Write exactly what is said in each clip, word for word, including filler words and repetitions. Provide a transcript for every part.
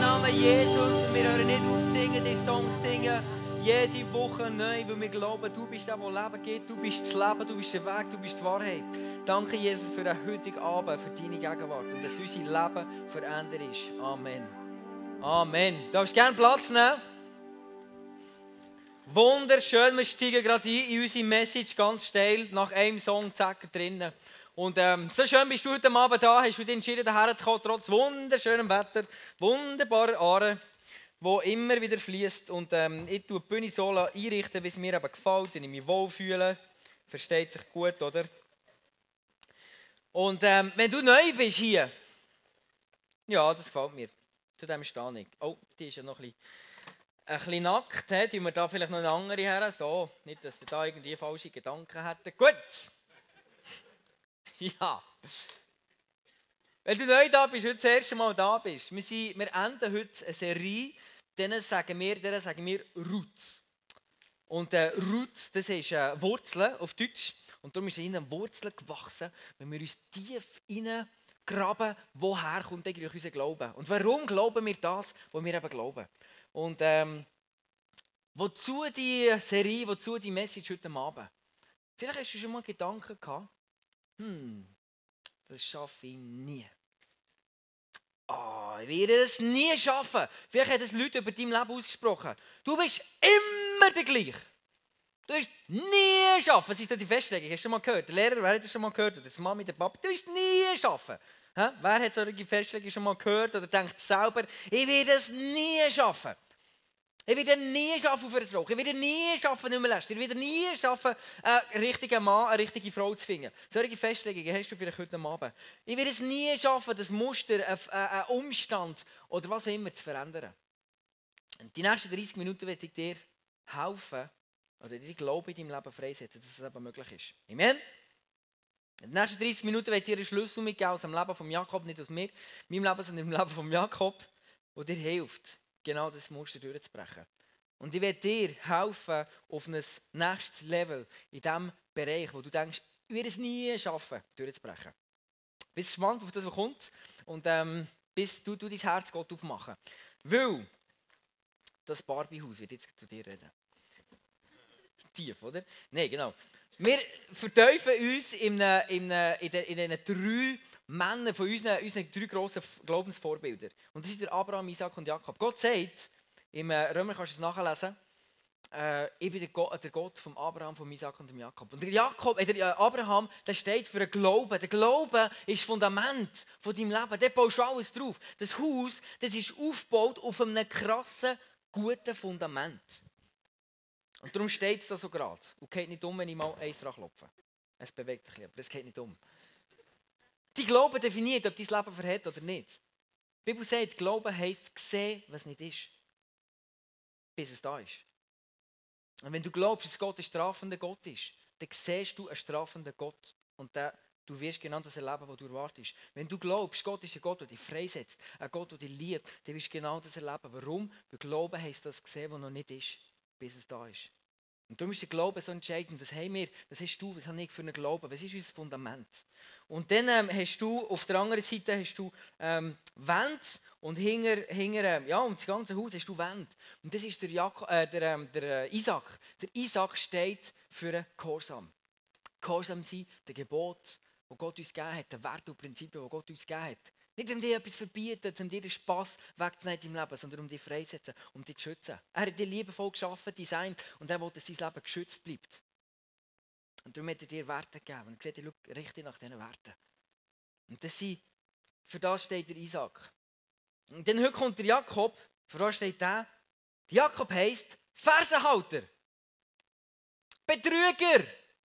Namen Jesus. Und wir hören nicht auf singen, die Songs singen. Jede Woche neu, weil wir glauben, du bist der, der Leben gibt. Du bist das Leben, du bist der Weg, du bist die Wahrheit. Danke, Jesus, für den heutigen Abend, für deine Gegenwart und dass unser Leben verändert ist. Amen. Amen. Du darfst gerne Platz nehmen. Wunderschön, wir steigen gerade ein in unsere Message, ganz steil, nach einem Song, zack, drinnen. Und ähm, so schön bist du heute Abend da, hast du dich entschieden, hierher zu kommen, trotz wunderschönem Wetter, wunderbarer Aare, wo immer wieder fließt. Und ähm, ich tue die Bühne so einrichten, wie es mir eben gefällt, wenn ich mich wohlfühle. Versteht sich gut, oder? Und ähm, wenn du neu bist hier, ja, das gefällt mir. Zu dem stehe ich. Oh, die ist ja noch ein bisschen... Ein bisschen nackt, he, tun wir da vielleicht noch eine andere her. So, nicht, dass ihr da irgendwie falsche Gedanken hättet. Gut! Ja. Wenn du neu da bist, heute das erste Mal da bist, wir, sind, wir enden heute eine Serie, denen sagen wir, denen sagen wir Roots. Und äh, Roots, das ist äh, Wurzeln auf Deutsch. Und darum ist es in den Wurzeln gewachsen, wenn wir uns tief reingraben, woher kommt eigentlich unser Glauben? Und warum glauben wir das, was wir eben glauben? Und ähm, wozu die Serie, wozu die Message heute Abend? Vielleicht hast du schon mal Gedanken gehabt, hm, das schaffe ich nie. Oh, ich werde es nie schaffen. Vielleicht haben das Leute über dein Leben ausgesprochen. Du bist immer der gleiche. Du wirst nie schaffen. Das ist die Festlegung. Hast du schon mal gehört? Der Lehrer, wer hat das schon mal gehört? Oder das Mami, der Papa. Du wirst nie schaffen. Hä? Wer hat solche Festlegungen schon mal gehört oder denkt selber, ich werde es nie schaffen. Ich werde nie schaffen, auf einer Rauch. Ich werde nie schaffen, nicht mehr lästern. Ich werde nie schaffen, einen richtigen Mann, eine richtige Frau zu finden. Solche Festlegungen hast du vielleicht heute Abend. Ich werde es nie schaffen, das Muster, einen Umstand oder was auch immer zu verändern. Und die nächsten dreißig Minuten werde ich dir helfen, oder dir Glaube in deinem Leben freisetzen, dass es eben möglich ist. Amen? In den nächsten dreißig Minuten werde ich dir einen Schlüssel mitgeben aus dem Leben von Jakob, nicht aus mir, meinem Leben, sondern im Leben von Jakob, der dir hilft, genau das Muster durchzubrechen. Und ich werde dir helfen auf ein nächstes Level in dem Bereich, wo du denkst, ich werde es nie schaffen, durchzubrechen. Bist du gespannt auf das, was kommt? Und ähm, bis du, du dein Herz Gott aufmachen. Weil das Barbiehaus wird jetzt zu dir reden. Tief, oder? Nein, genau. Wir verteufeln uns in, eine, in, eine, in, den, in den drei Männern von unseren, unseren drei grossen Glaubensvorbildern. Und das sind der Abraham, Isaac und Jakob. Gott sagt, im Römer kannst du es nachlesen, äh, ich bin der Gott, der Gott von Abraham, von Isaac und dem Jakob. Und der, Jakob, äh, der Abraham, der steht für den Glauben. Der Glaube ist das Fundament von deinem Leben. Dort baust du alles drauf. Das Haus, das ist aufgebaut auf einem krassen, guten Fundament. Und darum steht es da so gerade. Und geht nicht um, wenn ich mal eins dran klopfe. Es bewegt sich, aber es geht nicht um. Die Glaube definiert, ob dein Leben verhält oder nicht. Die Bibel sagt, Glauben heisst sehen, was nicht ist. Bis es da ist. Und wenn du glaubst, dass Gott ein strafender Gott ist, dann siehst du einen strafenden Gott. Und der, du wirst genau das erleben, was du erwartest. Wenn du glaubst, Gott ist ein Gott, der dich freisetzt, ein Gott, der dich liebt, dann wirst du genau das erleben. Warum? Weil Glauben heisst das sehen, was noch nicht ist, bis es da ist. Und darum ist der Glaube so entscheidend. Was haben wir, was hast du, was habe ich für einen Glauben? Was ist unser Fundament? Und dann ähm, hast du, auf der anderen Seite hast du ähm, Wände und hinter, hinter, ja, um das ganze Haus hast du Wände. Und das ist der, Jak äh, der, ähm, der äh, Isaac. Der Isaac steht für Gehorsam. Gehorsam sein, der Gebot, das Gott uns gegeben hat, der Werte und Prinzipien, die Gott uns gegeben hat. Nicht um dir etwas verbieten, um dir den Spass wegzunehmen im Leben, sondern um dich freizusetzen, um dich zu schützen. Er hat dich liebevoll geschaffen, designt und er will, dass sein Leben geschützt bleibt. Und darum hat er dir Werte gegeben. Und er sagt, schau, richte nach diesen Werten. Und das sind, für das steht der Isaac. Und dann heute kommt der Jakob, für das steht der. Jakob heisst Fersenhalter. Betrüger.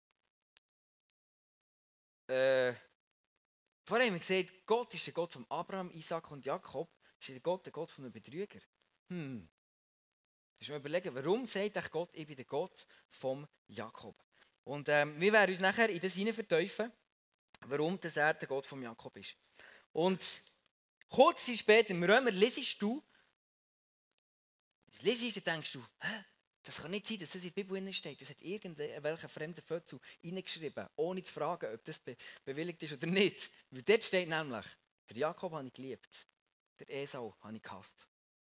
Äh, vorher haben wir gesagt, Gott ist der Gott von Abraham, Isaac und Jakob. Ist der Gott der Gott von einem Betrüger? Hm. Du musst mal überlegen, warum sagt Gott, ich bin der Gott vom Jakob? Und ähm, wir werden uns nachher in das hinein verteufeln, warum das er der Gott vom Jakob ist. Und kurz später im Römer lesest du, das lesest, dann denkst du, hä? Das kann nicht sein, dass das in der Bibel steht. Das hat irgendwelcher fremder Fötzel reingeschrieben, ohne zu fragen, ob das be bewilligt ist oder nicht. Weil dort steht nämlich, der Jakob habe ich geliebt, der Esau habe ich gehasst.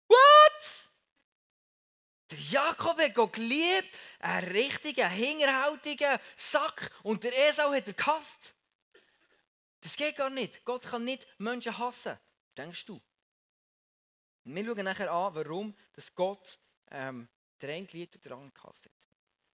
Der Jakob hat Gott geliebt, einen richtigen, hinterhältigen Sack. Und der Esau hat er gehasst. Das geht gar nicht. Gott kann nicht Menschen hassen. Denkst du? Und wir schauen nachher an, warum dass Gott ähm, den einen geliebt und den anderen gehasst hat.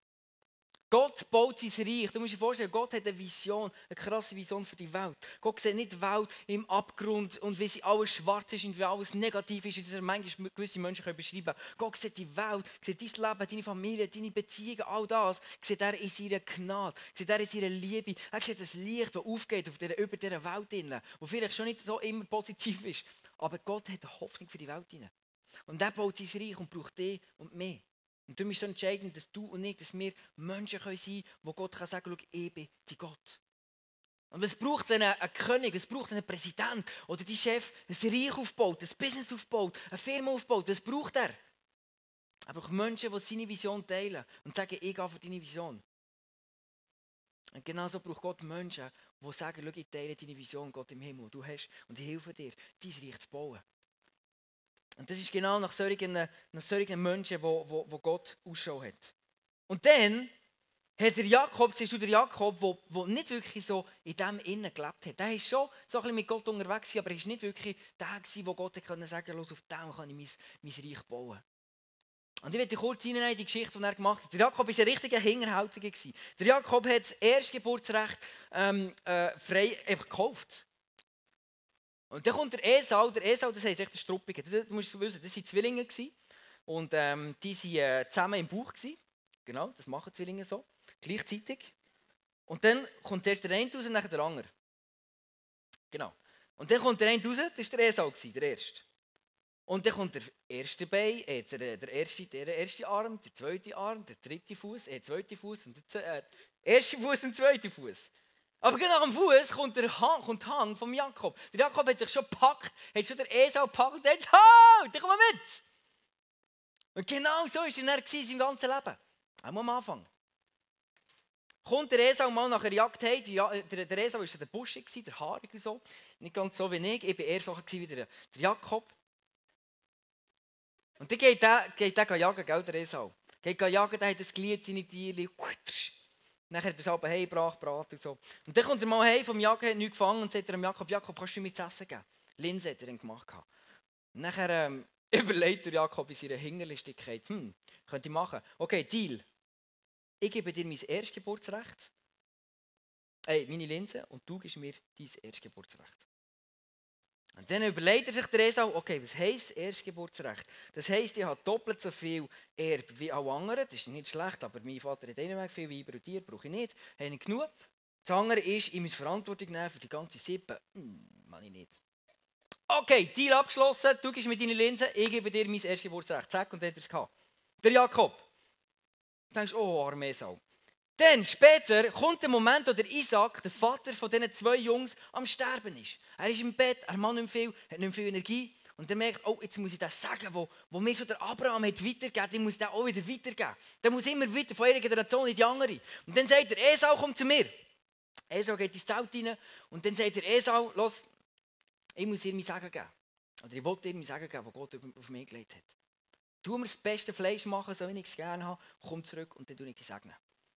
Gott baut sein Reich. Du musst dir vorstellen, Gott hat eine Vision, eine krasse Vision für die Welt. Gott sieht nicht die Welt im Abgrund und wie sie alles schwarz ist und wie alles negativ ist, wie das manchmal gewisse Menschen können beschreiben können. Gott sieht die Welt, sieht dein Leben, deine Familie, deine Beziehungen, all das. Sieht er in seiner Gnade, sieht er in seiner Liebe. Er sieht das Licht, das aufgeht auf der, über dieser Welt, das vielleicht schon nicht so immer positiv ist. Aber Gott hat eine Hoffnung für die Welt. Und er baut sein Reich und braucht dich und mich. Und darum ist es so entscheidend, dass du und ich, dass wir Menschen sein können, wo Gott kann sagen kann, ich bin die Gott. Und was braucht einen, einen König, was braucht einen Präsident oder die Chef, ein Reich aufbaut, ein Business aufbaut, eine Firma aufbaut, was braucht er? Er braucht Menschen, die seine Vision teilen und sagen, ich gehe für deine Vision. Und genauso braucht Gott Menschen, die sagen, schau, ich teile deine Vision, Gott im Himmel, du hast und ich helfe dir, dein Reich zu bauen. Und das ist genau nach solchen, nach solchen Menschen, wo, wo, wo Gott Ausschau hat. Und dann hat der Jakob, siehst du der Jakob, der nicht wirklich so in dem Innen gelebt hat. Der war schon so ein bisschen mit Gott unterwegs, aber er war nicht wirklich der, wo Gott konnte sagen, los, auf dem kann ich mein, mein Reich bauen. Und ich werde kurz reinnehmen in die Geschichte, die er gemacht hat. Der Jakob war ein richtiger Hinterhältiger. Der Jakob hat das Erstgeburtsrecht ähm, äh, frei einfach gekauft. Und dann kommt der Esau, der Esau, das heisst echt der Struppige. Das, du musst wissen, das waren Zwillinge und ähm, die waren äh, zusammen im Bauch gewesen. Genau, das machen Zwillinge so, gleichzeitig. Und dann kommt erst der eine raus und dann der andere. Genau. Und dann kommt der eine raus, das war der Esau, der erste. Und dann kommt der erste Bein, äh, der, der, erste, der erste Arm, der zweite Arm, der dritte Fuß, der zweite Fuß und der äh, erste Fuß und der zweite Fuß. Aber genau am Fuß kommt der Hang, kommt der Hang vom Jakob. Der Jakob hat sich schon gepackt, hat schon der Esau gepackt und hat gesagt, halt, ich komme mit. Und genau so war er in seinem ganzen Leben. Auch am Anfang. Kommt der Esau mal nach einer Jagd heim, der, der Esau war der Buschig, der Haarige so, nicht ganz so wie ich, ich war eher so wie der, der Jakob. Und dann geht der, geht der jagen, gell, der Esau. Geht jagen, der hat das Glied, seine Tiere, nachher hat er es aber heimgebracht, braten und so. Und dann kommt er mal heim vom Jagen, hat nichts gefangen und sagt er dem Jakob, Jakob, kannst du mir zu essen geben? Linse hat er dann gemacht. Und nachher ähm, überlegt der Jakob in seiner Hingerlistigkeit, hm, könnte ich machen. Okay, Deal. Ich gebe dir mein Erstgeburtsrecht, äh, meine Linse, und du gibst mir dein Erstgeburtsrecht. Und dann überlegt er sich der Esau, okay, was heisst Erstgeburtsrecht? Das heisst, ich habe doppelt so viel Erbe wie alle anderen. Das ist nicht schlecht, aber mein Vater hat einen Weg viel Weiber und Tiere, brauche ich nicht, habe ich genug. Das andere ist, ich muss Verantwortung nehmen für die ganze Sippe. Hm, mache ich nicht. Okay, Deal abgeschlossen, du gibst mir deine Linse, ich gebe dir mein Erstgeburtsrecht. Zack, und dann hat er es gehabt. Der Jakob. Du denkst, oh, arme Esau. Dann, später, kommt der Moment, wo der Isaac, der Vater von diesen zwei Jungs, am Sterben ist. Er ist im Bett, er hat nicht viel, hat nicht viel Energie. Und dann merkt, oh, jetzt muss ich das sagen, wo, wo mir schon der Abraham hat weitergegeben, den muss ich auch wieder weitergeben. Der muss immer weiter von einer Generation in die andere. Und dann sagt er, Esau, komm zu mir. Esau geht ins Zelt rein und dann sagt er, Esau, los, ich muss dir mein Sagen geben. Oder ich wollte dir mein Sagen geben, das Gott auf mich gelegt hat. Tu mir das beste Fleisch machen, so wie ich es gerne habe, komm zurück und dann tue ich dich segnen.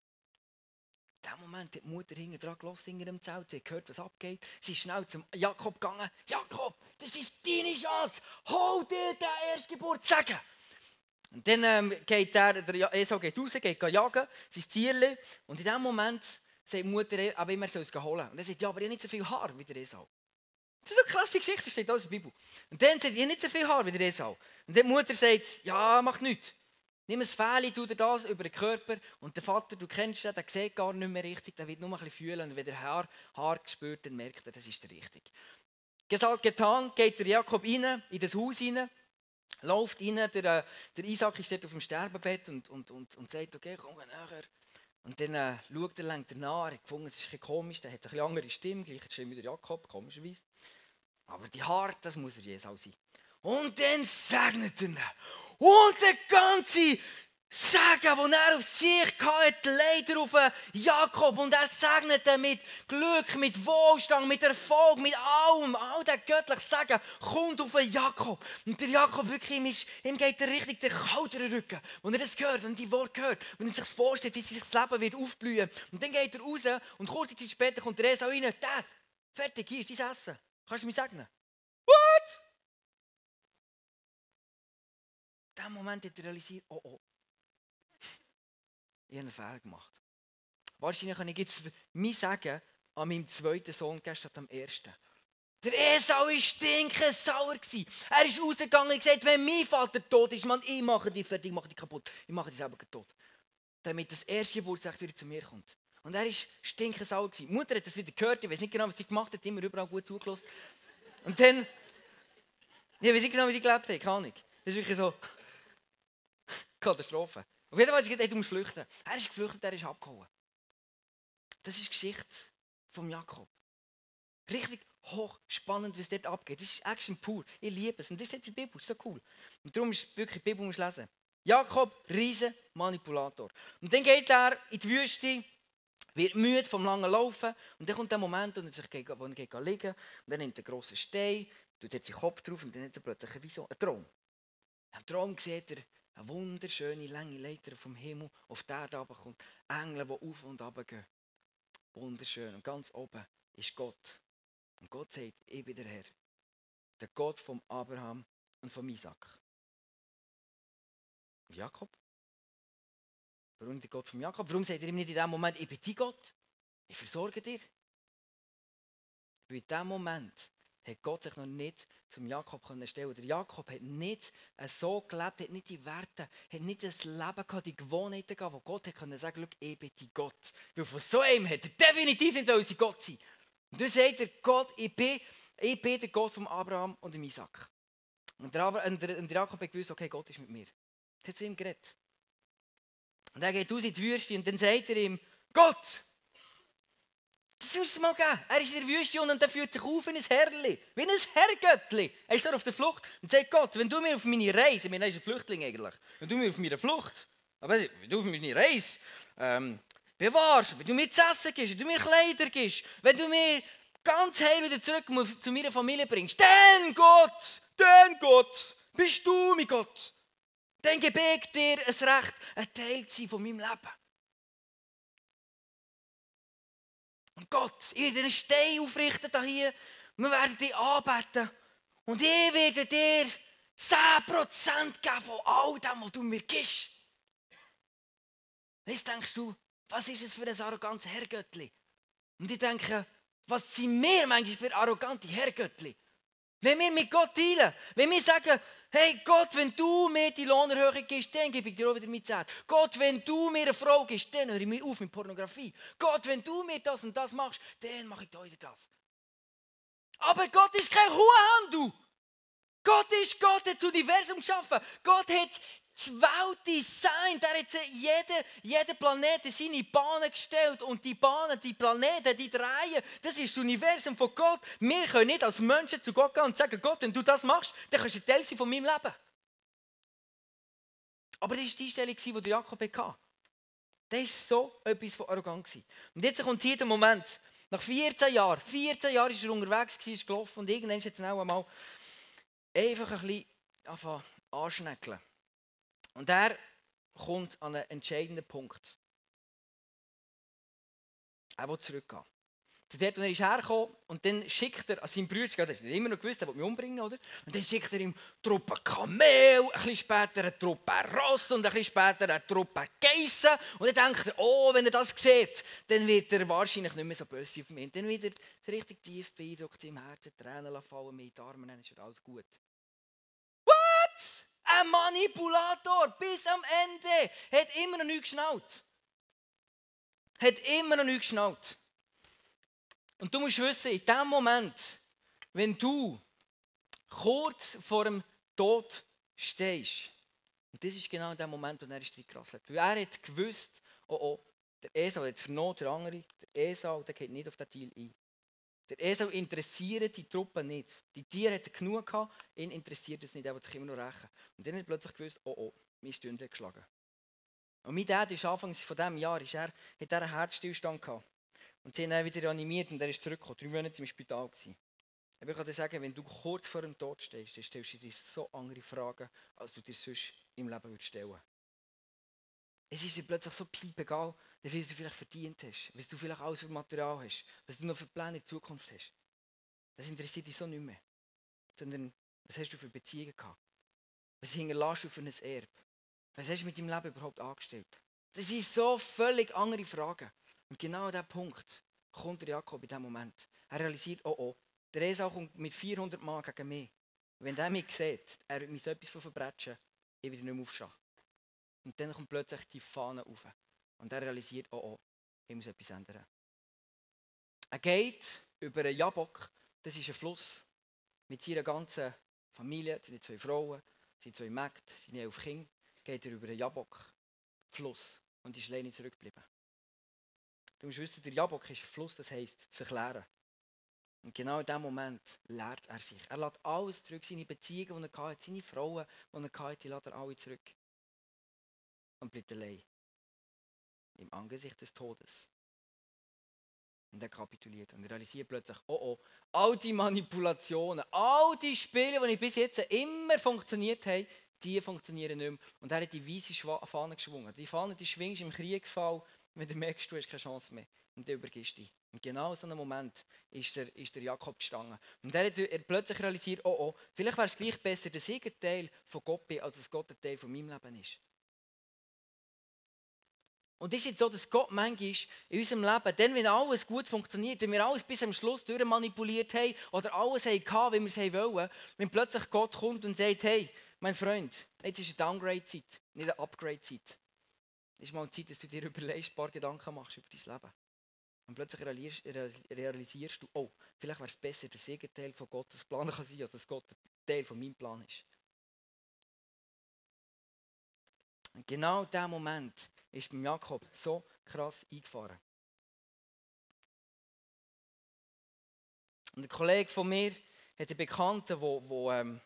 In dem Moment hat die Mutter hinten dran gelassen, hinter dem Zelt. Sie hat gehört, was abgeht. Sie ist schnell zum Jakob gegangen. Jakob, das ist deine Chance. Hol dir den Erstgeburtssegen. Und dann ähm, geht der, der Esau geht raus, geht jagen, sein Tierchen. Und in dem Moment sagt die Mutter, aber immer soll es holen. Und er sagt, ja, aber ich habe nicht so viel Haar wie der Esau. Das ist eine klasse Geschichte, das steht alles in der Bibel. Und dann sagt, ich habe nicht so viel Haar wie der Esau. Und dann die Mutter sagt, ja, macht nichts. Nimm ein Fähli, tu dir das über den Körper und der Vater, du kennst den, der sieht gar nicht mehr richtig, der wird nur ein bisschen fühlen und wenn er Haar, Haar spürt, dann merkt er, das ist der Richtige. Gesagt, getan, geht der Jakob rein, in das Haus rein, läuft rein, der, der Isaac ist dort auf dem Sterbebett und, und, und, und sagt, okay, komm nachher. Und dann äh, schaut er, lenkt er nach, er hat gefunden, es ist ein bisschen komisch, der hat eine andere Stimme, gleich Stimme wie der Jakob, komischerweise. Aber die Haare, das muss er Jesus sein. Und dann segnet er ihn. Und der ganze Segen, wo er auf sich hatte, leider auf Jakob. Und er segnete mit Glück, mit Wohlstand, mit Erfolg, mit allem. All der göttliche Segen kommt auf Jakob. Und der Jakob, wirklich, ihm, ist, ihm geht der richtig der kaltere Rücken. Wenn er das hört, wenn er die Worte hört, wenn er sich vorstellt, wie sich das Leben wird aufblühen. Und dann geht er raus und kurze Zeit später kommt der Esau rein. Dad, fertig, hier ist dein Essen. Kannst du mich segnen? What? In dem Moment hat er realisiert, oh oh. Ich habe einen Fehler gemacht. Wahrscheinlich kann ich jetzt mein Sagen an meinem zweiten Sohn geben, statt am ersten. Der Esau war stinkensauer. Er ist rausgegangen und gesagt, wenn mein Vater tot ist, Mann, ich mache dich fertig, ich mache dich kaputt. Ich mache dich selber tot. Damit das erste Geburtstag wieder zu mir kommt. Und er war stinkensauer. Die Mutter hat das wieder gehört, ich weiß nicht genau, was sie gemacht hat, immer überall gut zugelassen. Und dann, ich weiß nicht genau, wie sie gelebt hat, keine Ahnung. Das ist wirklich so, Katastrophe. Auf jeden Fall hat sie gesagt, du musst flüchten. Er ist geflüchtet, er ist abgehauen. Das ist die Geschichte von Jakob. Richtig hochspannend, was dort abgeht. Das ist Action pur. Ich liebe es. Und das steht in der Bibel, das ist so cool. Und darum ist es wirklich, die Bibel musst du lesen. Jakob, riesen Manipulator. Und dann geht er in die Wüste, wird müde vom langen Laufen. Und dann kommt der Moment, wo er sich geht, wo er geht liegen. Und dann nimmt er einen grossen Stein, tut jetzt seinen Kopf drauf und dann hat er plötzlich wie so einen Traum. Im Traum sieht er eine wunderschöne, lange Leiter vom Himmel auf die Erde runterkommt. Engel, die auf und runter gehen. Wunderschön. Und ganz oben ist Gott. Und Gott sagt, ich bin der Herr. Der Gott von Abraham und von Isaac. Und Jakob? Warum der Gott von Jakob? Warum sagt er ihm nicht in dem Moment, ich bin dein Gott? Ich versorge dir. Weil in dem Moment hat Gott sich noch nicht zum Jakob stellen. Der Jakob hat nicht so gelebt, hat nicht die Werte, hat nicht das Leben gehabt, die Gewohnheiten gehabt, wo Gott hat sagen konnte, ich bin dein Gott. Weil von so einem hat er definitiv nicht unser Gott sein. Und dann sagt er, Gott, ich bin, ich bin der Gott von Abraham und dem Isaac. Und der, Abraham, und der, und der Jakob hat gewusst, okay, Gott ist mit mir. Er hat zu ihm geredet. Und er geht aus in die Wüste und dann sagt er ihm, Gott, das muss es mal geben. Er ist in der Wüste und er fühlt sich auf wie ein Herrli, wie ein Herrgöttli. Er ist da auf der Flucht und sagt, Gott, wenn du mir auf meine Reise, ich meine, er ist ein Flüchtling eigentlich, wenn du mir auf meine Flucht, aber wenn du auf meine Reise ähm, bewahrst, wenn du mir zu essen gibst, wenn du mir Kleider gibst, wenn du mir ganz heil wieder zurück zu meiner Familie bringst, dann Gott, dann Gott, bist du mein Gott. Dann gebe ich dir ein Recht, ein Teil zu sein von meinem Leben. Und Gott, ich werde einen Stein aufrichten hier. Wir werden dich anbeten. Und ich werde dir zehn Prozent geben von all dem, was du mir gibst. Jetzt denkst du, was ist es für ein arrogantes Herrgöttli? Und ich denke, was sind wir manchmal für arrogante Herrgöttli? Wenn wir mit Gott teilen, wenn wir sagen, hey Gott, wenn du mir die Lohnerhöhung gibst, dann gebe ich dir auch wieder mit Zeit. Gott, wenn du mir eine Frau gibst, dann höre ich mich auf mit Pornografie. Gott, wenn du mir das und das machst, dann mache ich dir wieder das. Aber Gott ist kein Hurenhandel. Gott ist Gott, hat das Universum geschaffen. Gott hat die Welt designt. Er hat jeden, jeden Planeten seine Bahnen gestellt. Und die Bahnen, die Planeten, die drehen, das ist das Universum von Gott. Wir können nicht als Menschen zu Gott gehen und sagen, Gott, wenn du das machst, dann kannst du ein Teil sein von meinem Leben. Aber das war die Einstellung, die Jakob hatte. Das war so etwas von arrogant. Und jetzt kommt hier der Moment. Nach vierzehn Jahren, vierzehn Jahre ist er unterwegs, ist gelaufen und irgendwann ist jetzt auch einmal einfach ein bisschen anfangen anschnäckeln. Und er kommt an einen entscheidenden Punkt. Er will zurückgehen. Zu dort, wo er ist hergekommen, und dann schickt er an seinen Bruder, der hat immer noch gewusst, er will mich umbringen, oder? Und dann schickt er ihm Truppen Kamel, ein bisschen später eine Truppe Ross und ein bisschen später eine Truppe Geissen. Und dann denkt er, oh, wenn er das sieht, dann wird er wahrscheinlich nicht mehr so böse auf mich. Und dann wird er richtig tief beeindruckt im Herzen, Tränen fallen, mir in die Arme, dann ist alles gut. What? Ein Manipulator bis am Ende hat immer noch nichts geschnallt. Hat immer noch nichts geschnallt. Und du musst wissen, in dem Moment, wenn du kurz vor dem Tod stehst, und das ist genau in dem Moment, wo er reingerasselt hat. Weil er hat gewusst, oh oh, der Esau hat vernommen, der andere, der Esau, der geht nicht auf den Deal ein. Der Esau interessiert die Truppe nicht. Die Tiere hat er genug gehabt, ihn interessiert es nicht, er will sich immer noch rächen. Und dann hat er plötzlich gewusst, oh oh, wir sind geschlagen. Und mein Dad ist anfangs von diesem Jahr, ist er, hat er einen Herzstillstand gehabt. Und sie haben ihn wieder reanimiert und er ist zurückgekommen. Drei Monate im Spital gewesen. Ich kann dir sagen, wenn du kurz vor dem Tod stehst, dann stellst du dir so andere Fragen, als du dir sonst im Leben würdest stellen. Es ist dir plötzlich so piepegal, wie viel du vielleicht verdient hast, was du vielleicht alles für Material hast, was du noch für Pläne in Zukunft hast. Das interessiert dich so nicht mehr. Sondern, was hast du für Beziehungen gehabt? Was hinterlässt du für ein Erbe? Was hast du mit deinem Leben überhaupt angestellt? Das sind so völlig andere Fragen. Und genau an diesem Punkt kommt der Jakob in diesem Moment. Er realisiert, oh oh, der Esau kommt mit vierhundert Mann gegen mich. Und wenn der mich sieht, er wird mir so etwas von verbrechen, ich wieder nicht mehr aufstehen. Und dann kommt plötzlich die Fahne auf. Und er realisiert, oh oh, ich muss etwas ändern. Er geht über einen Jabok, das ist ein Fluss, mit seiner ganzen Familie, seine zwei Frauen, seine zwei Mägde, seine elf Kinder, geht er über einen Jabok-Fluss und ist alleine zurückgeblieben. Du musst wissen, der Jabok ist ein Fluss, das heisst, sich leeren. Und genau in diesem Moment lehrt er sich. Er lässt alles zurück, seine Beziehungen, die er hatte, seine Frauen, die er hatte, die lässt er alle zurück. Und bleibt allein. Im Angesicht des Todes. Und er kapituliert und realisiert plötzlich, oh oh, all die Manipulationen, all die Spiele, die bis jetzt immer funktioniert haben, die funktionieren nicht mehr. Und er hat die weiße Fahne geschwungen. Die Fahne, die schwingst im Kriegfall, wenn du merkst, du hast keine Chance mehr. Und du übergibst dich. Und genau in so einem Moment ist der, ist der Jakob gestanden. Und er hat er plötzlich realisiert, oh oh, vielleicht wäre es gleich besser, dass ich ein Teil von Gott bin, als dass Gott ein Teil von meinem Leben ist. Und es ist jetzt so, dass Gott manchmal in unserem Leben, dann, wenn alles gut funktioniert, wenn wir alles bis am Schluss durchmanipuliert haben oder alles hatten, wie wir es wollen, wenn plötzlich Gott kommt und sagt, hey, mein Freund, jetzt ist eine Downgrade-Zeit, nicht eine Upgrade-Zeit. Es ist mal Zeit, dass du dir überlegst, ein paar Gedanken machst über dein Leben. Und plötzlich realisierst, realisierst du, oh, vielleicht wäre es besser, dass ich ein Teil von Gottes Plan kann sein, als dass Gott ein Teil von meinem Plan ist. Und genau in diesem Moment ist beim Jakob so krass eingefahren. Und ein Kollege von mir hat einen Bekannten, der wo, ähm,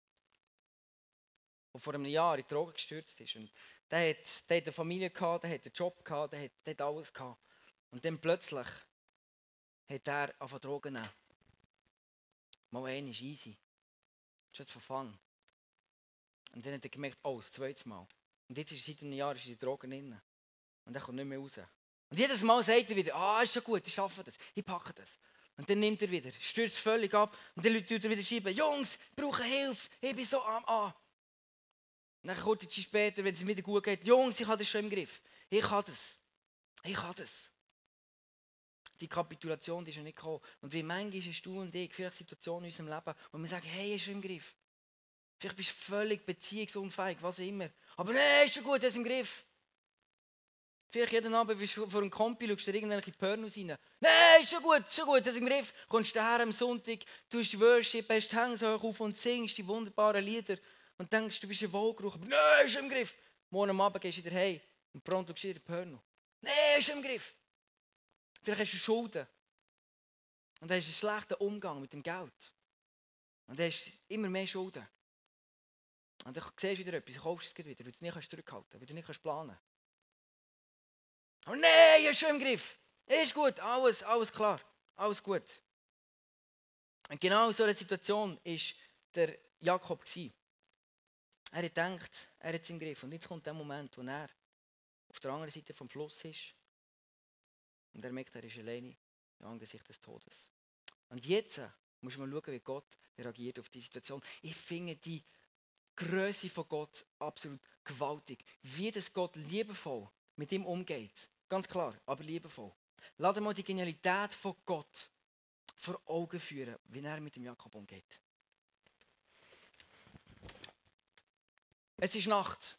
wo vor einem Jahr in die Drogen gestürzt ist. Und der hat, der hat eine Familie gehabt, der hat einen Job gehabt, der hat, der hat alles gehabt. Und dann plötzlich hat er angefangen Drogen zu nehmen. Mal einen ist easy. Just for fun. Und dann hat er gemerkt, oh, das zweite Mal. Und jetzt ist er seit einem Jahr in die Drogen drin. Und er kommt nicht mehr raus. Und jedes Mal sagt er wieder, ah, ist schon gut, ich schaffe das, ich packe das. Und dann nimmt er wieder, stürzt völlig ab. Und dann tut er wieder schreiben, Jungs, ich brauche Hilfe, ich bin so am A. Und dann kurze Zeit später, wenn es ihm wieder gut geht, Jungs, ich habe das schon im Griff. Ich habe das. Ich habe das. Die Kapitulation die ist noch nicht gekommen. Und wie manchmal hast du und ich vielleicht Situationen in unserem Leben, wo wir sagen, hey, ist schon im Griff. Vielleicht bist du völlig beziehungsunfähig, was auch immer. Aber nein, ist schon gut, er ist im Griff. Vielleicht jeden Abend bist du vor einem Kompi, schaust dir irgendwelche Pornos rein. Nein, ist schon gut, ist schon gut, er ist im Griff. Kommst du her am Sonntag, tust die Worship, hast die Hände so hoch auf und singst die wunderbaren Lieder und denkst, du bist ein Wohlgeruch. Aber nein, ist schon im Griff. Morgen am Abend gehst du wieder heim und prompt schaust du dir Porno. Nein, ist schon im Griff. Vielleicht hast du Schulden. Und dann hast du einen schlechten Umgang mit dem Geld. Und dann hast du immer mehr Schulden. Und dann siehst du wieder etwas, kaufst es wieder, weil du es nicht zurückhalten kannst, weil du nicht planen kannst. Oh nein, er ist schon im Griff. Ist gut, alles, alles klar, alles gut. Und genau in so einer Situation war der Jakob. Er hat gedacht, er hat es im Griff. Und jetzt kommt der Moment, wo er auf der anderen Seite vom Fluss ist. Und er merkt, er ist alleine im Angesicht des Todes. Und jetzt muss man schauen, wie Gott reagiert auf diese Situation. Ich finde die Größe von Gott absolut gewaltig. Wie das Gott liebevoll mit ihm umgeht. Ganz klar, aber liebevoll. Lass dir mal die Genialität von Gott vor Augen führen, wie er mit dem Jakob umgeht. Es ist Nacht.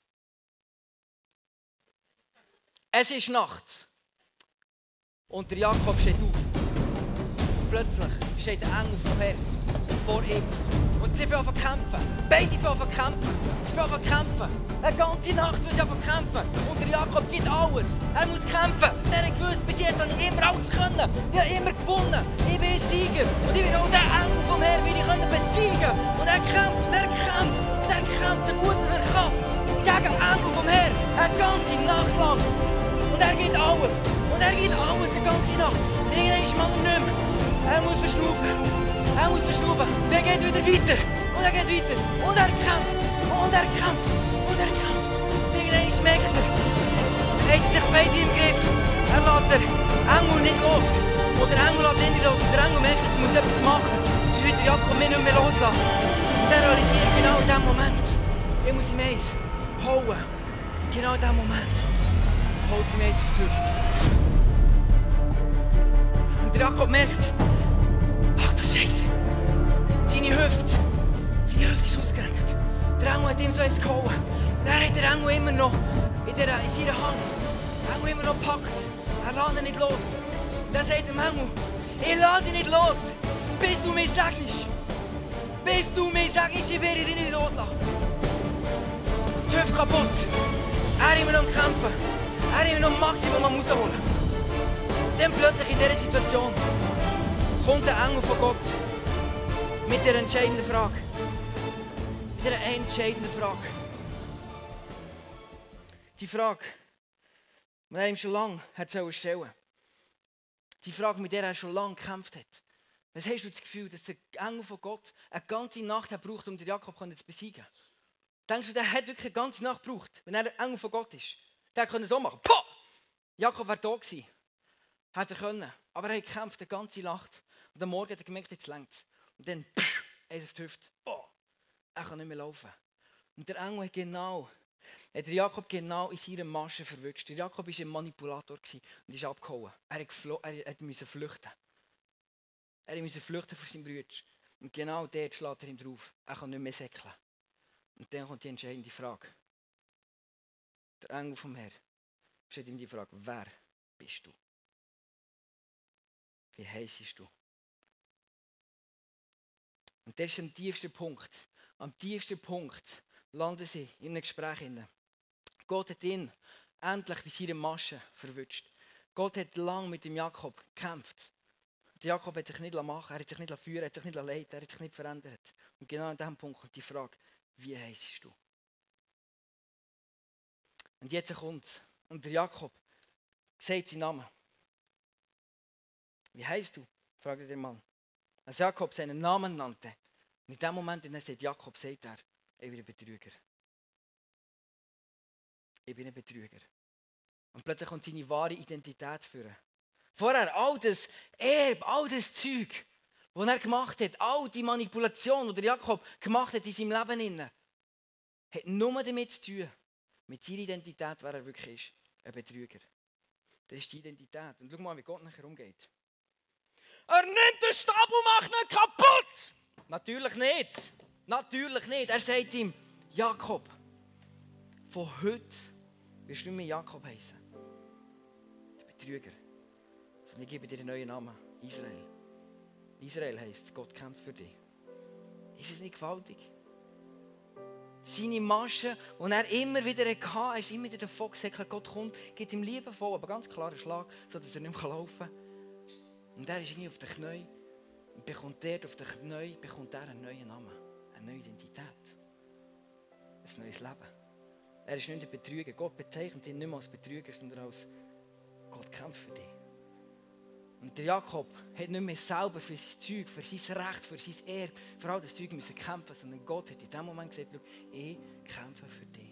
Es ist Nacht. Und der Jakob steht auf. Plötzlich steht der Engel vom Herrn vor ihm. Und sie fangen an zu kämpfen. Beide fangen an zu kämpfen. Sie fangen an zu kämpfen. Eine ganze Nacht will sie anfangen zu kämpfen. Und der Jakob gibt alles. Er muss kämpfen. Er hat gewusst, bis jetzt habe ich immer alles können. Ich habe immer gewonnen. Ich bin ein Sieger. Und ich will auch den Engel vom Herrn will ich besiegen. Und er kämpft, und er kämpft, und er kämpft, so gut dass er kann. gegen Engel vom Herrn, eine ganze Nacht lang. Und er gibt alles. Und er gibt alles eine ganze Nacht. Irgendwann ist man nicht mehr. Er muss verschnaufen. Er muss verschnaufen. Der geht wieder weiter. Und er geht weiter. Und er kämpft. Und er kämpft. Und er kämpft. Irgendwann merkt er, er hat sich beide im Griff. Er lässt den Engel nicht los. Oder der Engel lässt ihn nicht los. Und der Engel merkt, jetzt muss etwas machen. Sonst wird der Jakob mich nicht mehr loslassen. Und er realisiert genau in diesem Moment, ich muss ihm eins holen. Genau in diesem Moment holt ihm eins auf die Hüfte. Und der Jakob merkt, ach du Scheiße, seine Hüfte, seine Hüfte ist ausgerenkt. Der Engel hat ihm so eins geholt. Und er hat den Engel immer noch in, der, in seiner Hand. Der Engel immer noch gepackt. Er lässt ihn nicht los. Und er sagt dem Engel, ich lasse dich nicht los, bis du mich segnest. Bis du mich segnest, ich werde dich nicht loslassen. Die Hüfte kaputt. Er immer noch am Kämpfen. Er immer noch am Maximum am rausholen. Dann plötzlich in dieser Situation kommt der Engel von Gott mit der entscheidenden Frage. Mit dieser entscheidenden Frage. Die Frage, die er ihm schon lange hat stellen sollen. Die Frage, mit der er schon lange gekämpft hat. Was hast du das Gefühl, dass der Engel von Gott eine ganze Nacht hat gebraucht, um den Jakob zu besiegen? Denkst du, der hat wirklich eine ganze Nacht gebraucht, wenn er der Engel von Gott ist? Der konnte so machen. Poh! Jakob wäre da gewesen. Hätte er können. Aber er hat gekämpft, eine ganze Nacht. Und am Morgen hat er gemerkt, jetzt längt es. Und dann, pff, eins auf die Hüfte. Oh, er kann nicht mehr laufen. Und der Engel hat genau, hat der Jakob genau in seiner Masche verwünscht. Der Jakob war ein Manipulator und ist abgehauen. Er, hat geflo- er, er musste flüchten. Er musste flüchten vor seinem Bruder. Und genau dort schlägt er ihm drauf. Er kann nicht mehr säckeln. Und dann kommt die entscheidende Frage. Der Engel vom Herrn stellt ihm die Frage, wer bist du? Wie heissest du? Und das ist am tiefsten Punkt. Am tiefsten Punkt landen sie in einem Gespräch. Gott hat ihn endlich bei seiner Masche verwünscht. Gott hat lange mit dem Jakob gekämpft. Der Jakob hat sich nicht machen, er hat sich nicht führen, er hat sich nicht leiten, er hat sich nicht verändert. Und genau an diesem Punkt kommt die Frage, wie heissest du? Und jetzt kommt es. Und der Jakob sagt seinen Namen. Wie heisst du? fragte der Mann. Als Jakob seinen Namen nannte, und in dem Moment, in dem sagt Jakob, sagt er, ich bin ein Betrüger. Ich bin ein Betrüger. Und plötzlich kommt seine wahre Identität führen. Vorher, all das Erbe, all das Zeug, das er gemacht hat, all die Manipulation, die Jakob gemacht hat in seinem Leben, hat nur damit zu tun, mit seiner Identität, wer er wirklich ist. Ein Betrüger. Das ist die Identität. Und schau mal, wie Gott nachher umgeht. Er nimmt den Stab und macht ihn kaputt! Natürlich nicht. Natürlich nicht. Er sagt ihm, Jakob, von heute wirst du nicht mehr Jakob heißen. Der Betrüger. Und ich gebe dir einen neuen Namen. Israel. Israel heisst, Gott kämpft für dich. Ist es nicht gewaltig? Seine Masche, die er immer wieder hatte, er ist immer wieder davon gesagt, Gott kommt, gibt ihm Liebe voll, aber ganz klarer Schlag, sodass er nicht mehr laufen kann. Und er ist irgendwie auf den Knien und bekommt dort auf den Knien bekommt er einen neuen Namen, eine neue Identität, ein neues Leben. Er ist nicht ein Betrüger. Gott bezeichnet ihn nicht mehr als Betrüger, sondern als Gott kämpft für dich. Und der Jakob hat nicht mehr selber für sein Zeug, für sein Recht, für sein Erbe, für all das Zeug müssen kämpfen, sondern Gott hat in dem Moment gesagt, ich kämpfe für dich.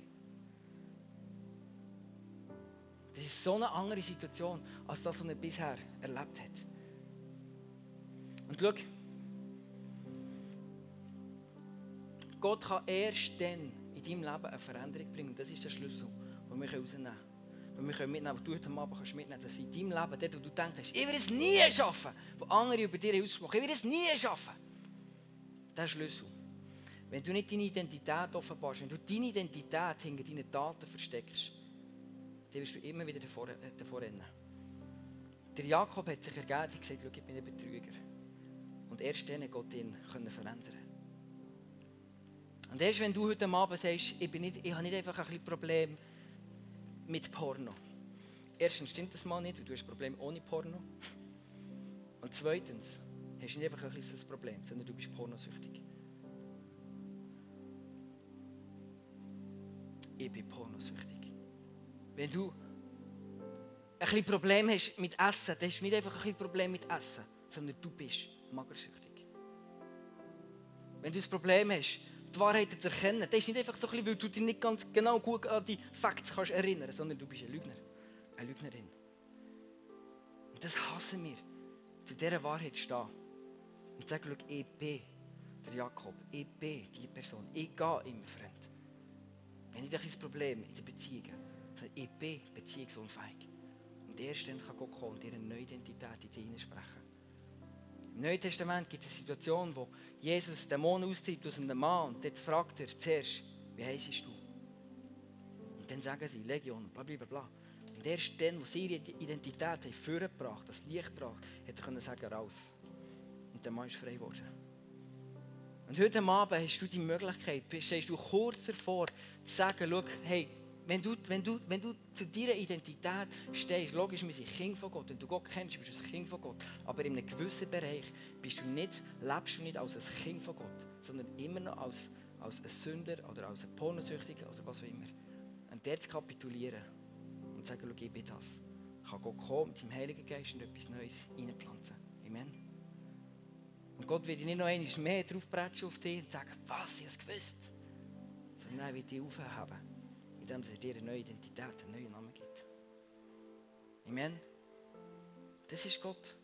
Das ist so eine andere Situation, als das, was er bisher erlebt hat. Und schau, Gott kann erst dann in deinem Leben eine Veränderung bringen. Und das ist der Schlüssel, den wir rausnehmen können. Den wir können mitnehmen, du heute Abend kannst mitnehmen, dass in deinem Leben, dort wo du denkst, ich will es nie schaffen, wo andere über dir ausgesprochen, ich will es nie schaffen. Das ist der Schlüssel. Wenn du nicht deine Identität offenbarst, wenn du deine Identität hinter deinen Taten versteckst, dann wirst du immer wieder davor, äh, davor rennen. Der Jakob hat sich ergeben und gesagt, ich bin ein Betrüger. Und erst dann konnte ihn verändern. Und erst wenn du heute Abend sagst, ich, bin nicht, ich habe nicht einfach ein bisschen Problem mit Porno. Erstens stimmt das mal nicht, weil du hast ein Problem ohne Porno. Und zweitens hast du nicht einfach ein bisschen das Problem, sondern du bist pornosüchtig. ich bin pornosüchtig. Wenn du ein bisschen Problem hast mit Essen, dann hast du nicht einfach ein bisschen Problem mit Essen, sondern du bist magersüchtig. Wenn du ein Problem hast, die Wahrheit zu erkennen, dann ist es nicht einfach so ein bisschen, weil du dich nicht ganz genau gut an die Facts kannst erinnern, sondern du bist ein Lügner, eine Lügnerin. Und das hassen wir, zu dieser Wahrheit stehen. Und sagen, schau, ich bin der Jakob, ich bin die Person, ich gehe immer fremd. Ich habe nicht ein Problem in den Beziehungen, sondern ich bin beziehungsunfähig. Und erst dann kann Gott kommen und ihre neue Identität in dich hineinsprechen. Im Neuen Testament gibt es eine Situation, wo Jesus Dämonen austreibt aus einem Mann und dort fragt er zuerst, wie heisst du? Und dann sagen sie, Legion, bla bla bla. Und erst dann, wo sie ihre Identität vorgebracht, das Licht gebracht, hat er können sagen, raus. Und der Mann ist frei geworden. Und heute Abend hast du die Möglichkeit, stehst du kurz davor, zu sagen, schau, hey, wenn du, wenn, du, wenn du zu deiner Identität stehst, logisch, wir sind Kind von Gott, wenn du Gott kennst, bist du ein Kind von Gott, aber in einem gewissen Bereich bist du nicht, lebst du nicht als ein Kind von Gott, sondern immer noch als, als ein Sünder oder als ein Pornosüchtiger oder was auch immer. Und der zu kapitulieren und zu sagen, schau, ich bin das, kann Gott kommen mit seinem Heiligen Geist und etwas Neues reinpflanzen. Amen. Und Gott wird dich nicht noch einmal mehr draufbretschen auf dich und sagen, was, ich habe es gewusst. Sondern er wird dich aufheben, indem er dir eine neue Identität, einen neuen Namen gibt. Amen. Das ist Gott.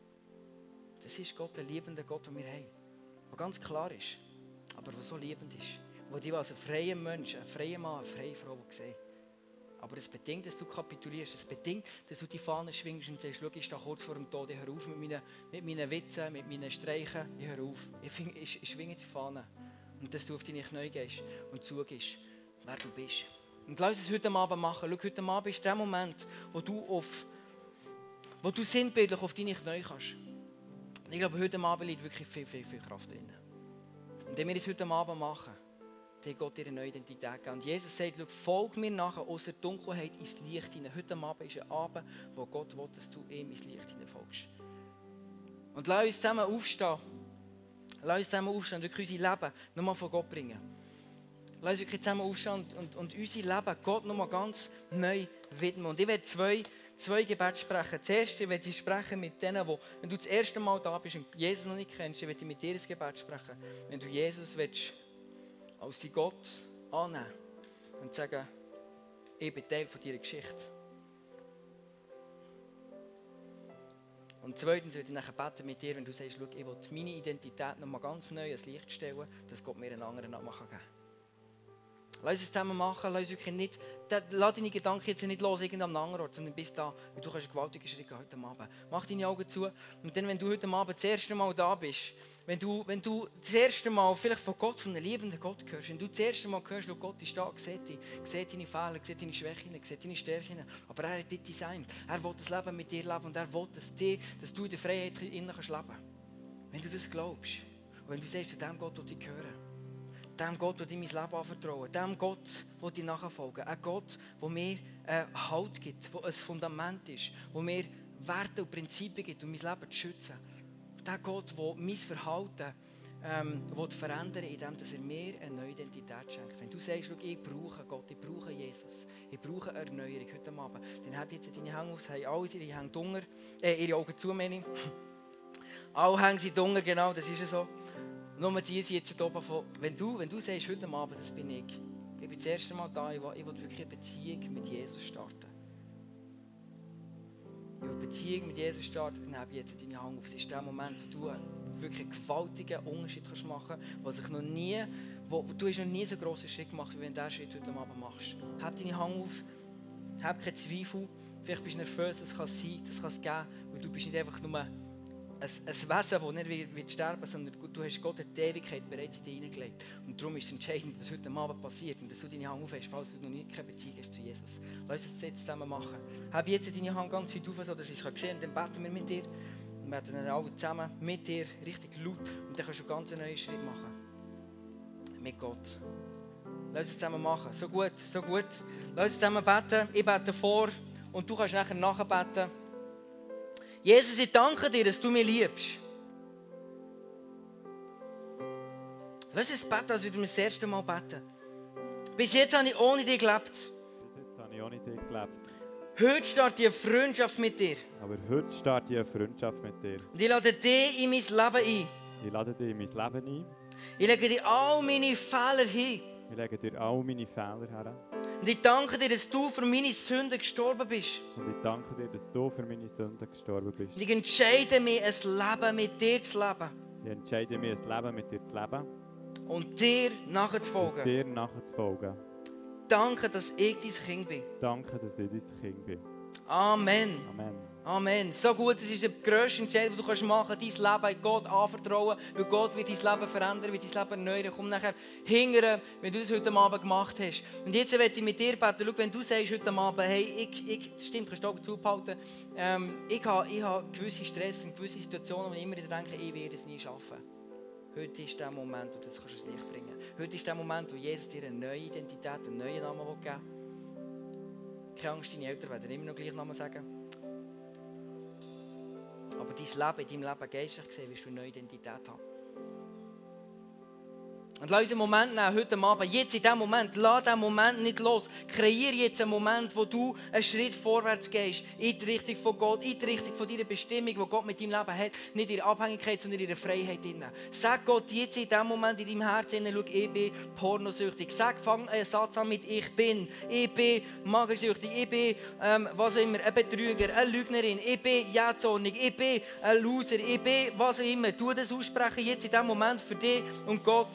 Das ist Gott, der liebende Gott, den wir haben. Der ganz klar ist, aber der so liebend ist. Der dich als ein freier Mensch, ein freier Mann, eine freie Frau sieht. Aber es bedingt, dass du kapitulierst. Es bedingt, dass du die Fahne schwingst und sagst, schau, ich stehe kurz vor dem Tod, ich höre auf mit meinen, mit meinen Witzen, mit meinen Streichen, ich höre auf. Ich, ich, ich schwinge die Fahne. Und dass du auf deine Knie gehst und zugehst, wer du bist. Und lass uns heute Abend machen. Schau, heute Abend ist der Moment, wo du, auf, wo du sinnbildlich auf deine Knie kannst. Ich glaube, heute Abend liegt wirklich viel, viel, viel Kraft drin. Und wenn wir es heute Abend machen, dann hat Gott dir eine neue Identität gegeben. Und Jesus sagt, schau, folg mir nachher aus der Dunkelheit ins Licht hinein. Heute Abend ist ein Abend, wo Gott will, dass du ihm ins Licht hinein folgst. Und lass uns zusammen aufstehen. Lass uns zusammen aufstehen und wirklich unser Leben nochmal von Gott bringen. Lass uns wirklich zusammen aufstehen und, und, und unser Leben Gott nochmal ganz neu widmen. Und ich werde zwei, zwei Gebete sprechen. Zuerst werde ich sprechen mit denen, die, wenn du das erste Mal da bist und Jesus noch nicht kennst, ich werde mit dir ein Gebet sprechen. Wenn du Jesus willst, als dein Gott annehmen und sagen, ich bin Teil von deiner Geschichte. Und zweitens würde ich nachher beten mit dir, wenn du sagst, schau, ich will meine Identität nochmal ganz neu ans Licht stellen, dass Gott mir einen anderen Namen geben kann. Lass uns zusammen machen, lass uns wirklich nicht, lass deine Gedanken jetzt nicht los irgendeinem anderen Ort, sondern bis da, weil du kannst einen gewaltigen Schritt gehen heute Abend. Mach deine Augen zu und dann, wenn du heute Abend das erste Mal da bist, wenn du, wenn du das erste Mal vielleicht von Gott, von einem liebenden Gott hörst, wenn du das erste Mal hörst, dass Gott ist da, sieht dich, sieht deine Fehler, sieht deine Schwächen, sieht deine Stärken, aber er hat dich designt. Er will das Leben mit dir leben und er will, dass, die, dass du in der Freiheit innen kannst leben. Wenn du das glaubst und wenn du sagst, zu dem Gott will ich gehören, dem Gott, der dir mein Leben anvertrauen, dem Gott, der dir nachfolgen, ein Gott, der mir einen Halt gibt, der ein Fundament ist, der mir Werte und Prinzipien gibt, um mein Leben zu schützen. Der Gott, der mein Verhalten ähm, verändern will, indem er mir eine neue Identität schenkt. Wenn du sagst, ich brauche Gott, ich brauche Jesus, ich brauche eine Erneuerung heute Abend, dann habe ich jetzt deine Hände auf, haben alle ihre Hände dunter, äh, ihre Augen zu, meine ich. Alle hängen sie dunter, genau, das ist es so. Nur die sind jetzt oben von, wenn du, wenn du sagst, heute Abend, das bin ich, ich bin das erste Mal da, ich will, ich will wirklich eine Beziehung mit Jesus starten. Ich will eine Beziehung mit Jesus starten, dann habe ich jetzt deine Hand auf. Es ist der Moment, wo du wirklich einen gewaltigen Unterschied kannst machen kannst, wo sich noch nie, wo, wo du hast noch nie so einen grossen Schritt gemacht, wie wenn du diesen Schritt heute Abend machst. Hab deine Hand auf, hab keinen Zweifel, vielleicht bist du nervös, das kann es sein, das kann es geben, weil du bist nicht einfach nur ein, ein Wesen, das nicht wird sterben, sondern du hast Gott die Ewigkeit bereits in dich hineingelegt. Und darum ist es entscheidend, was heute Abend passiert und dass du deine Hand aufhast, falls du noch nie keine Beziehung hast zu Jesus. Lass uns das jetzt zusammen machen. Hab jetzt deine Hand ganz weit auf, sodass ich es sehen kann. Dann beten wir mit dir. Wir werden dann alle zusammen mit dir richtig laut und dann kannst du ganz einen neuen Schritt machen. Mit Gott. Lass uns zusammen machen. So gut, so gut. Lass uns zusammen beten. Ich bete vor und du kannst nachher nachbeten. Jesus, ich danke dir, dass du mich liebst. Lass uns beten, als würden wir das erste Mal beten. Bis jetzt habe ich ohne dich gelebt. Bis jetzt habe ich ohne dich gelebt. Heute startet die Freundschaft mit dir. Aber heute startet eine Freundschaft mit dir. Und ich lade dich in mein Leben ein. Ich lade dich in mein Leben ein. Ich lege dir all meine Fehler hin. Ich lege dir all meine Fehler her. Und ich danke dir, dass du für meine Sünden gestorben bist. Und ich danke dir, dass du für meine Sünden gestorben bist. Und ich entscheide mich, ein Leben mit dir zu leben. Ich entscheide mich, ein Leben mit dir zu leben. Und dir Und nachzufolgen. dir nachzufolgen. Danke, dass ich dein Kind bin. Danke, dass ich dein Kind bin. Amen. Amen. Amen. So gut, das ist der grösste Entscheid, den du kannst machen kannst, dein Leben Gott anvertrauen, weil Gott wird dein Leben verändern, wird dein Leben erneuern. Komm nachher hingern, wenn du das heute Abend gemacht hast. Und jetzt möchte ich mit dir beten. Schau, wenn du sagst heute Abend, hey, ich, ich, das stimmt, kannst du auch zuhalten, ähm, ich habe ich habe gewisse Stress und gewisse Situationen, wo ich immer wieder denke, ich werde es nie schaffen. Heute ist der Moment, wo du das kannst ins Licht bringen kannst. Heute ist der Moment, wo Jesus dir eine neue Identität, einen neuen Namen geben will. Keine Angst, deine Eltern werden immer noch gleich Namen sagen. Aber dein Leben, in deinem Leben geistlich gesehen, wirst du eine neue Identität haben. Und lass uns einen Moment nehmen, heute Abend, jetzt in diesem Moment, lass diesen Moment nicht los. Kreier jetzt einen Moment, wo du einen Schritt vorwärts gehst, in die Richtung von Gott, in die Richtung von deiner Bestimmung, die Gott mit deinem Leben hat. Nicht in der Abhängigkeit, sondern in der Freiheit. Sag Gott jetzt in diesem Moment in deinem Herzen, schau, ich bin pornosüchtig. Sag, fang einen Satz an mit ich bin. Ich bin magersüchtig, ich bin, ähm, was auch immer, ein Betrüger, eine Lügnerin, ich bin jähzornig, ich bin ein Loser, ich bin, was auch immer. Tu das aussprechen jetzt in diesem Moment für dich und Gott.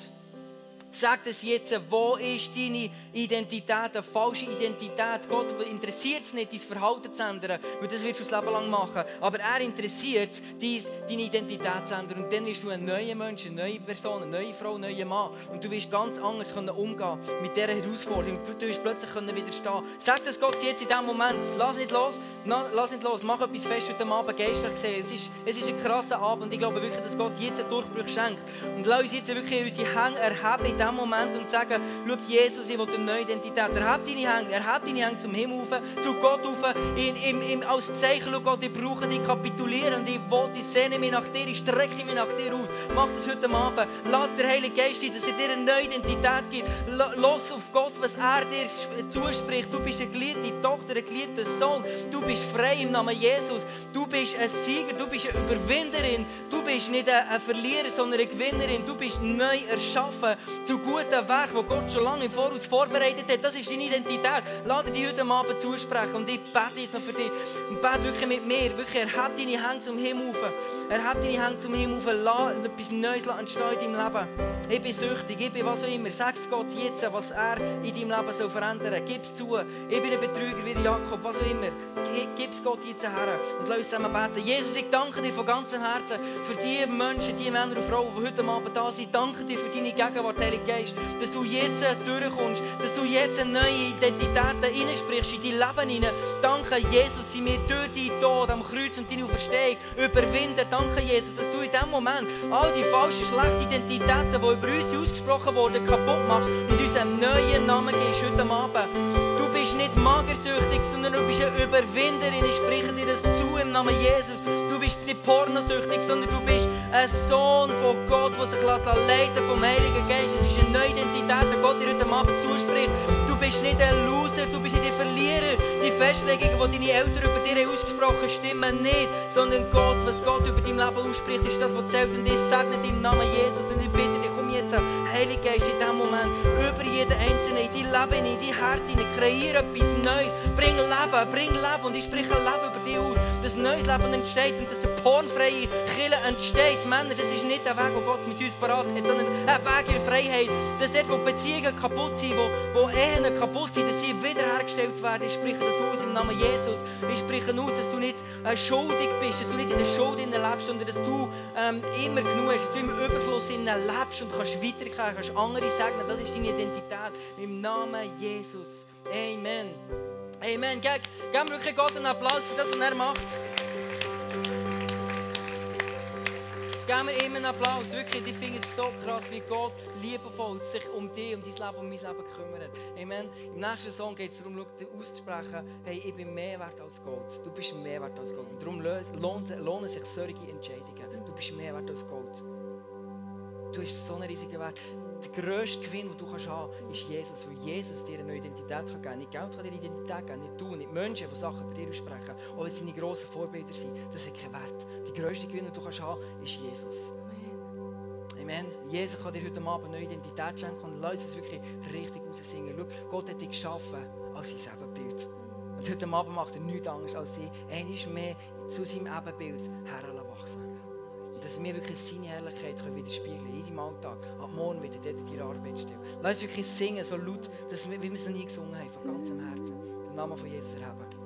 Sag das jetzt, wo ist deine Identität, eine falsche Identität? Gott interessiert es nicht, dein Verhalten zu ändern, weil das wirst du das Leben lang machen. Aber er interessiert es, deine Identität zu ändern. Und dann wirst du ein neuer Mensch, eine neue Person, eine neue Frau, ein neuer Mann. Und du wirst ganz anders können umgehen mit dieser Herausforderung. Du wirst plötzlich können widerstehen. Sag das Gott jetzt in diesem Moment. Lass nicht los, lass nicht los. Mach etwas fest heute Abend geistlich gesehen. Es ist, es ist ein krasser Abend und ich glaube wirklich, dass Gott jetzt einen Durchbruch schenkt. Und lass uns jetzt wirklich unsere Hänge erheben in diesem Moment und sagen, schau Jesus, ich will eine neue Identität. Erhebe deine Hänge, erhebe deine Hänge zum Himmel rauf, zu Gott rauf, in, in, in, als Zeichen, schau Gott, ich brauche dich, kapitulieren und ich will, ich sehne mich nach dir, ich strecke mich nach dir aus. Mach das heute Abend. Lass der Heilige Geist ein, dass er dir eine neue Identität gibt. Lass auf Gott, was er dir zuspricht. Du bist eine geliebte Tochter, ein geliebter Sohn. Du bist frei im Namen Jesus. Du bist ein Sieger, du bist eine Überwinderin. Du bist nicht ein Verlierer, sondern eine Gewinnerin. Du bist neu erschaffen zu guten Werk, das Gott schon lange im Voraus vorbereitet hat. Das ist deine Identität. Lass dir die heute Abend zusprechen. Und ich bete jetzt noch für dich. Und bete wirklich mit mir. Wirklich, erhebe deine Hände zum Himmel auf. Erhebe deine Hände zum Himmel auf. Lass etwas Neues entstehen in deinem Leben. Ich bin süchtig, ich bin was auch immer. Sag es Gott jetzt, was er in deinem Leben soll verändern soll. Gib es zu. Ich bin ein Betrüger wie Jakob, was auch immer. Gib es Gott jetzt her. Und lass uns zusammen beten. Jesus, ich danke dir von ganzem Herzen für die Menschen, die Männer und Frauen, die heute Abend da sind. Ich danke dir für deine Gegenwart, Heilige Geist. Dass du jetzt durchkommst, dass du jetzt eine neue Identität hineinsprichst in dein Leben hinein. Danke, Jesus, sind wir durch deinen Tod am Kreuz und deine Auferstehung überwinden. Danke, Jesus, dass du in diesem Moment all die falschen, schlechten Identitäten, die über uns ausgesprochen wurden, kaputt machst und uns einen neuen Namen gibst heute Abend. Du bist nicht magersüchtig, sondern du bist eine Überwinderin. Ich spreche dir das zu im Namen Jesus. Du bist nicht pornosüchtig, sondern du bist ein Sohn von Gott, der sich leiten vom Heiligen Geist. Es ist eine neue Identität, die Gott dir heute Abend zuspricht. Du bist nicht ein Loser, du bist nicht ein Verlierer. Die Festlegungen, die deine Eltern über dir ausgesprochen haben, stimmen nicht. Sondern Gott, was Gott über dein Leben ausspricht, ist das, was zählt. Und ich sage nicht im Namen Jesus. Und ich bitte dich, komm jetzt, Heilige Geist, in diesem Moment über jeden Einzelnen, in dein Leben, in dein Herz hinein. Kreiere etwas Neues. Bring Leben, bring Leben. Und ich spreche Leben über dich aus. Dass neues Leben entsteht und dass eine pornfreie Kirche entsteht. Männer, das ist nicht der Weg, den Gott mit uns parat hat, sondern ein Weg in Freiheit. Dass dort, wo Beziehungen kaputt sind, wo, wo Ehen kaputt sind, dass sie wiederhergestellt werden. Ich spreche das aus im Namen Jesus. Ich spreche aus, dass du nicht äh, schuldig bist, dass du nicht in der Schuld lebst, sondern dass du ähm, immer genug hast, dass du im Überfluss lebst und kannst weitergehen, kannst andere segnen. Das ist deine Identität. Im Namen Jesus. Amen. Amen. Geben wir wirklich Gott einen Applaus für das, was er macht. Geben wir ihm einen Applaus. Wirklich, ich finde es so krass, wie Gott liebevoll sich um dich, um dein Leben, um mein Leben kümmert. Amen. Im nächsten Song geht es darum, auszusprechen, hey, ich bin mehr wert als Gold. Du bist mehr wert als Gold. Und darum lohnt, lohnen sich solche Entscheidungen. Du bist mehr wert als Gold. Du hast so einen riesigen Wert. der grösste Gewinn, den du kannst haben kannst, ist Jesus. Weil Jesus dir eine neue Identität kann geben kann. Nicht Geld kann dir Identität geben, nicht du, nicht Menschen, die Sachen bei dir aussprechen, auch wenn sie deine grossen Vorbilder sind. Das hat keinen Wert. Der grösste Gewinn, den du kannst haben kannst, ist Jesus. Amen. Jesus kann dir heute Abend eine neue Identität schenken und lass uns wirklich richtig raussingen. Schau, Gott hat dich geschaffen als sein Ebenbild. Und heute Abend macht er nichts anderes, als dich einmal mehr zu seinem Ebenbild heranwachsen. Und dass wir wirklich seine Herrlichkeit können widerspiegeln können, in deinem Alltag, ab morgen wieder dort in deiner Arbeitsstelle. Lass uns wirklich singen, so laut, dass wir, wie wir es noch nie gesungen haben, von ganzem Herzen. Im Namen von Jesus erheben.